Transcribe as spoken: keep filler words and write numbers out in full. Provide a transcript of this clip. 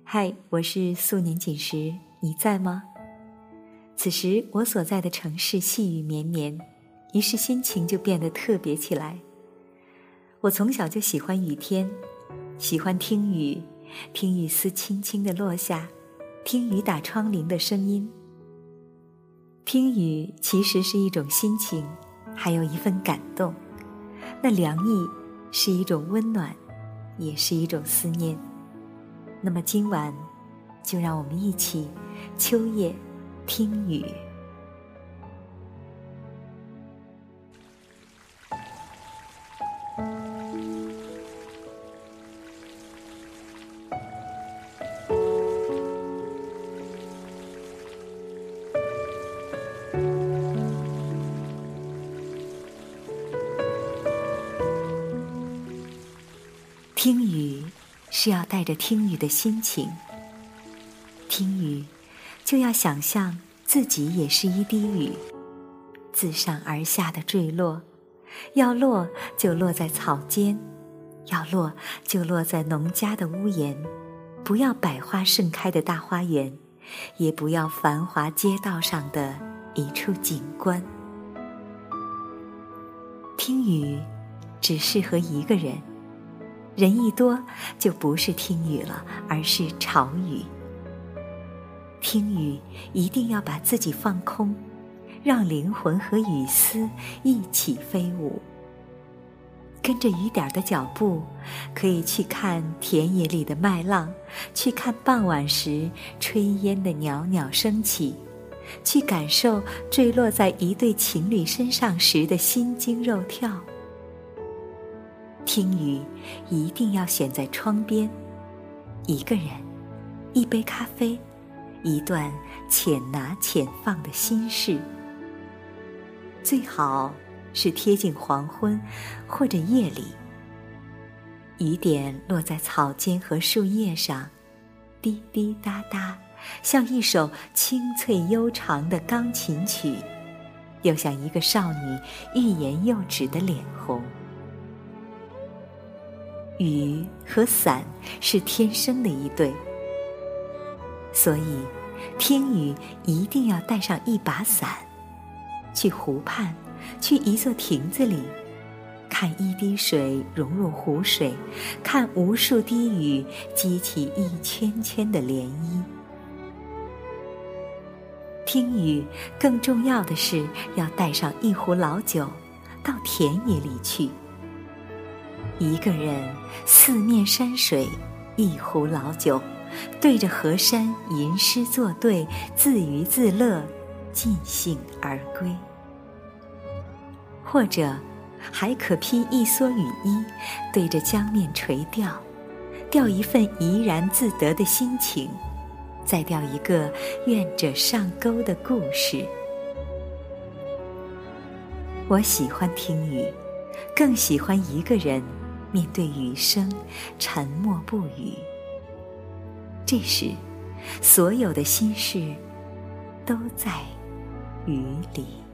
嗨，我是素年锦时，你在吗？此时我所在的城市细雨绵绵，于是心情就变得特别起来。我从小就喜欢雨天，喜欢听雨，听雨丝轻轻地落下，听雨打窗棂的声音。听雨其实是一种心情，还有一份感动。那凉意是一种温暖，也是一种思念。那么今晚，就让我们一起秋夜听雨。听雨是要带着听雨的心情，听雨就要想象自己也是一滴雨，自上而下的坠落，要落就落在草间，要落就落在农家的屋檐，不要百花盛开的大花园，也不要繁华街道上的一处景观。听雨只适合一个人，人一多就不是听雨了，而是吵语。听雨一定要把自己放空，让灵魂和雨丝一起飞舞。跟着雨点的脚步，可以去看田野里的麦浪，去看傍晚时炊烟的袅袅升起，去感受坠落在一对情侣身上时的心惊肉跳。听雨一定要选在窗边，一个人，一杯咖啡，一段浅拿浅放的心事。最好是贴近黄昏或者夜里，雨点落在草尖和树叶上，滴滴答答，像一首清脆悠长的钢琴曲，又像一个少女欲言又止的脸红。雨和伞是天生的一对，所以听雨一定要带上一把伞，去湖畔，去一座亭子里，看一滴水融入湖水，看无数滴雨激起一圈圈的涟漪。听雨更重要的是要带上一壶老酒，到田野里去。一个人，四面山水，一壶老酒，对着河山吟诗作对，自娱自乐，尽兴而归。或者还可披一蓑雨衣，对着江面垂钓，钓一份怡然自得的心情，再钓一个愿者上钩的故事。我喜欢听雨，更喜欢一个人面对雨声，沉默不语。这时，所有的心事都在雨里。